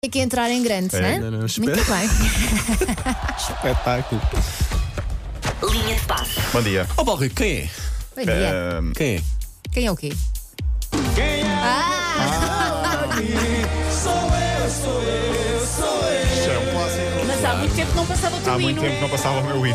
Tem que entrar em grande, não é? Não, Muito bem. Espetáculo. Linha de passe. Bom dia. Ó Paulo Rico, quem é? Bom dia. Quem é? Quem é o quê? Isto é um clássico. Mas há muito tempo que não passava o teu Há muito hino. tempo que não passava o meu hino.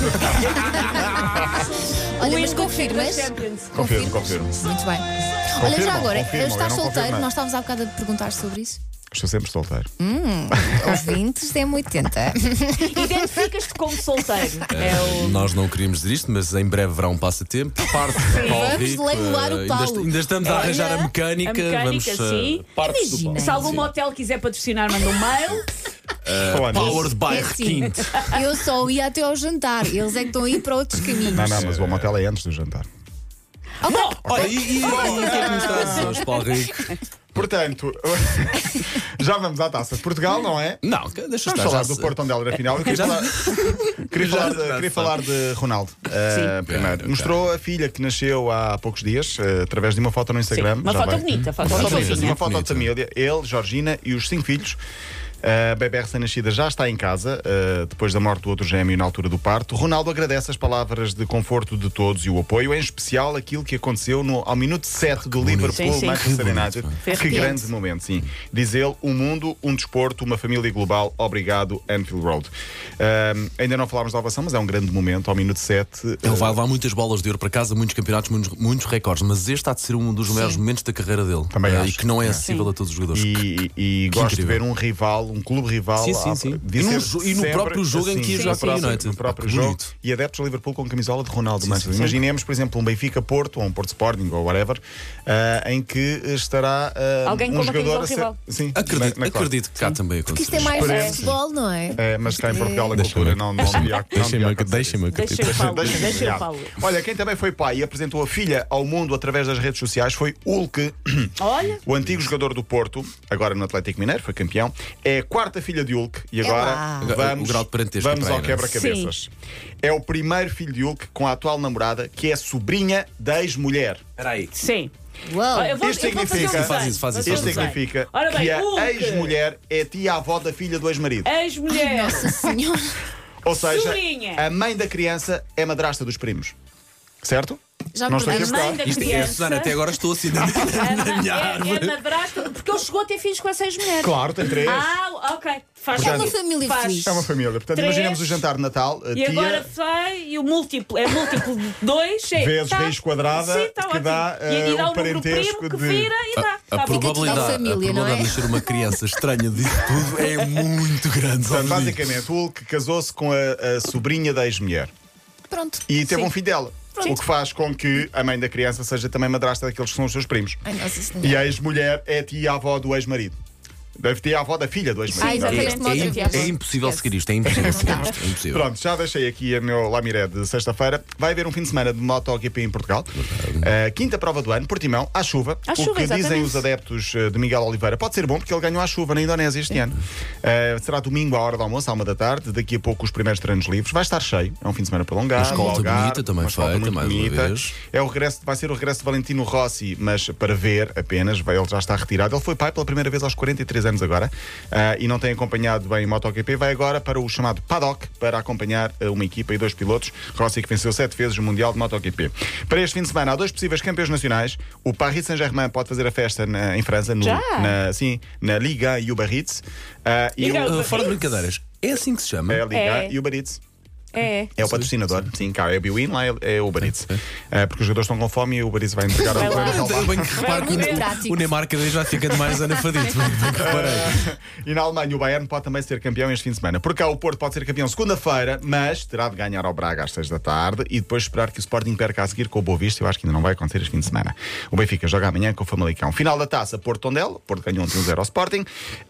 Olha, O mas hino confirmas? da Champions. Confirmo. Muito bem. Olha, Confirmam, já agora, confirmam, estás eu não solteiro? confirmo. Nós estávamos há bocado a perguntar sobre isso. Estou sempre solteiro. Ouvintes, tem 80. Identificas-te como solteiro. Nós não queríamos dizer isto, mas em breve haverá um passatempo. Parte de Paulo Vamos Rico. leiloar o Paulo. Ainda estamos a arranjar a mecânica. A mecânica, Vamos, sim. partes do Imagina. Paulo. Se algum hotel quiser patrocinar, manda um mail. Falar nisso. Powered by É assim, Requinte. eu só ia até ao jantar. Eles é que estão a ir para outros caminhos. Não, mas o motel é antes do jantar. Olha, e o que é que nos traz hoje, Paulo Rico? Portanto, já vamos à Taça de Portugal, não é? Não, deixa Vamos estar. falar já do se- Porto onde ela era final. Eu queria falar de Ronaldo. Primeiro, mostrou a filha que nasceu há poucos dias, através de uma foto no Instagram. Uma Já foto vai- bonita. Foto Uma foto bonita. bonita, uma foto de bonita. família. Ele, Georgina e os 5 filhos. A bebé recém-nascida já está em casa, depois da morte do outro gêmeo na altura do parto. Ronaldo agradece as palavras de conforto de todos e o apoio, em especial aquilo que aconteceu ao minuto 7 do Liverpool, Sim, sim. Manchester Que United. bonito, Foi Que arrepiante. grande momento, sim. Diz ele, um mundo, um desporto, uma família global. Obrigado, Anfield Road. Ainda não falámos da ovação, mas é um grande momento, ao minuto 7. Ele vai levar muitas bolas de ouro para casa, muitos campeonatos, muitos recordes, mas este há de ser um dos maiores momentos da carreira dele. Também E acho. que não é acessível a todos os jogadores. E gosto de incrível. ver um rival, um clube rival. Sim, sim, sim. de E no ser jo- e no sempre próprio jogo em que ia assim, jogar com o no próprio- United. No próprio Que jogo. bonito. E adeptos do Liverpool com camisola de Ronaldo. Manchester. sim. Imaginemos, por exemplo, um Benfica-Porto ou um Porto Sporting ou whatever, em que estará Alguém um com uma jogador camisola a ser. rival. Sim, Acredito que cá também Porque isto aconteceu. é mais Esperemos. futebol, não é? Mas cá em Portugal a Deixa-me- cultura não devia acontecer isso. Deixa-me Deixa o Paulo. Deixa o Paulo. Olha, quem também foi pai e apresentou a filha ao mundo através das redes sociais foi Hulk. Olha. O antigo jogador do Porto, agora no Atlético Mineiro, foi campeão, é a quarta filha de Hulk. E agora lá. vamos, O grau de parentesco vamos para ao aí, quebra-cabeças. É o primeiro filho de Hulk com a atual namorada, que é sobrinha da ex-mulher. Espera aí. Sim. Uau! Eu vou- Isto eu vou fazer significa- um Faz desenho. isso, faz isso, Vou Isto fazer um desenho. significa Ora bem, que a Hulk, ex-mulher é tia-avó da filha do ex-marido. ex-mulher. Nossa Senhora! Ou seja, Sobrinha. a mãe da criança é madrasta dos primos. Certo? Já Não me estou perdeste. A mãe da Isto é, criança. Susana, até agora estou assim na minha árvore. É madrasta, porque ele chegou a ter filhos com essa ex-mulher. Claro, tem 3. Ok. Faz É uma sentido. família Faz. feliz. É uma família. Portanto, Três. imaginemos o jantar de Natal. A E tia agora sai e o múltiplo é múltiplo de 2 vezes raiz quadrada, Sim, tá que ótimo. dá e dá um um número parentesco primo que de. vira e dá. A Tá bom. probabilidade, família, não é? de nascer uma criança estranha disso tudo é muito grande. Portanto, sabes disso? basicamente, o Hulk casou-se com a sobrinha da ex-mulher Pronto. e teve Sim. um filho dela. O que faz com que a mãe da criança seja também madrasta daqueles que são os seus primos. Ai, Nossa Senhora. E a ex-mulher é tia-avó do ex-marido. Deve ter a avó da filha do Ah, ex-marido. exatamente. uma outra viagem. É impossível Esquece. seguir isto, é impossível seguir isto. É impossível. Pronto, já deixei aqui o meu Lamiré de sexta-feira. Vai haver um fim de semana de MotoGP em Portugal. Quinta prova do ano, Portimão, à chuva. À o chuva, que dizem exatamente. os adeptos de Miguel Oliveira pode ser bom porque ele ganhou à chuva na Indonésia este ano. Será domingo à hora do almoço, à 1 da tarde. Daqui a pouco os primeiros treinos livres. Vai estar cheio. É um fim de semana prolongado. Uma escolta no Algarve, bonita também uma escolta feita, muito mais uma bonita. vez. É o regresso, vai ser o regresso de Valentino Rossi, mas para ver apenas. Ele já está retirado. Ele foi pai pela primeira vez aos 43 anos agora. E não tem acompanhado bem o MotoGP, vai agora para o chamado paddock para acompanhar uma equipa e 2 pilotos. Rossi que venceu 7 vezes o Mundial de MotoGP. Para este fim de semana há 2 possíveis campeões nacionais. O Paris Saint-Germain pode fazer a festa em França, Já? na Liga e o Biarritz. E Liga o, Fora de brincadeiras, é assim que se chama? é a Liga É. e o Biarritz. É. É o patrocinador, sim, cá é a Biwin, lá é o Uber Eats. Porque os jogadores estão com fome e o Uber Eats vai entregar Vai ao lá. Eu bem que reparo que muito prático. o Neymar cada vez vai ficando mais anafadito. Bem que reparei. E na Alemanha o Bayern pode também ser campeão este fim de semana. Por cá o Porto pode ser campeão segunda-feira, mas terá de ganhar ao Braga às 6 da tarde e depois esperar que o Sporting perca a seguir com o Boa Vista. Eu acho que ainda não vai acontecer este fim de semana. O Benfica joga amanhã com o Famalicão. Final da taça, Porto-Tondela. O Porto ganhou 1-0 ao Sporting.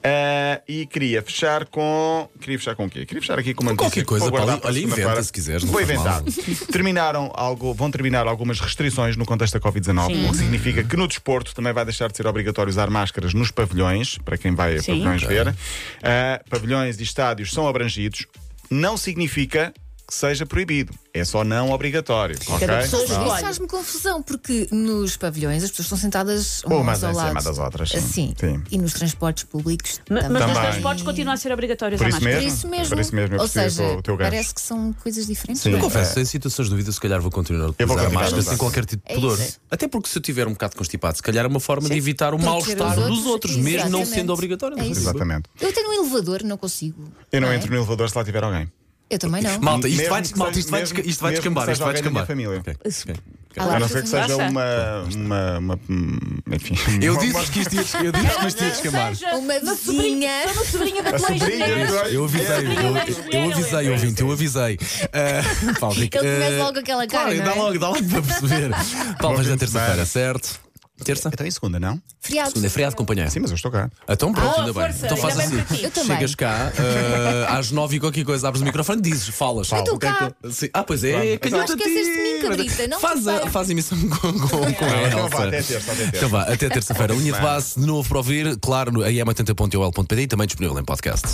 E queria fechar com... Queria fechar com o quê? Queria fechar aqui com uma notícia Qualquer coisa, que vou guardar Paulo. para Olha, segunda-feira. inventa se quiseres. Não Vou faz mal. inventar. Vão terminar algumas restrições no contexto da Covid-19, o que significa que no desporto também vai deixar de ser obrigatório usar máscaras nos pavilhões, para quem vai a Sim. pavilhões ver. Pavilhões e estádios são abrangidos. Não significa que seja proibido. É só não obrigatório. Ok? Cada pessoa Mas escolhe. isso faz-me confusão, porque nos pavilhões as pessoas estão sentadas Umas umas ao em cima lado. das outras, sim. Assim. Sim. E nos transportes públicos Mas também. nos Também. transportes continua a ser obrigatório Por usar isso máscara. Por mesmo. isso mesmo. Por isso mesmo eu Ou percebi seja, o teu gancho. parece que são coisas diferentes. Sim. não é? Confesso, em situações de dúvida, se calhar vou continuar a Eu vou utilizar a continuar a máscara usar. sem qualquer tipo de É pudor. isso. Até porque se eu tiver um bocado constipado, se calhar é uma forma de evitar o Proteger mal-estar os dos outros, mesmo não exatamente. sendo obrigatório. É isso. Exatamente. Eu até no elevador não consigo. Eu não é? entro no elevador se lá tiver alguém. Eu também não. Malta, isto Mesmo vai, que malta, seja- isto vai mesmo- descambar, isto vai mesmo que descambar, seja isto vai alguém da minha descambar. família. Ok, ok. A não ser que seja Nossa. enfim. Eu disse que isto ia descambar. Seja Uma uma vizinha. sobrinha da A tua sobrinha ex-mulher. Eu avisei, ouvinte, eu avisei. Paulo Rico. Ele começa logo com aquela cara, Claro, não é? dá logo para perceber. Paulo, vais na terça-feira, certo? Terça? Então em segunda, não? Feriado. Segunda é feriado, companheiro. Sim, mas eu estou cá. Então pronto, Boa, ainda bem. força, Então faz ainda bem assim. para ti. Eu também. Chegas cá, às 9 e qualquer coisa, abres o microfone, dizes, falas. Eu estou O que é que- cá. Sim. Ah, pois é, Pronto. calhou-te a Esqueceste de mim, ti. cabrita, não Faz te a, sei. faz a emissão com a Então vá, Elsa. até terça, até terça. Então vá, até terça-feira. Linha de base de novo para ouvir, claro, no am80.ol.pt e também disponível em podcast.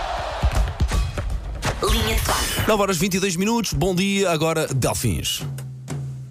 Linha de passe. 9 horas 22 minutos, bom dia, agora Delfins.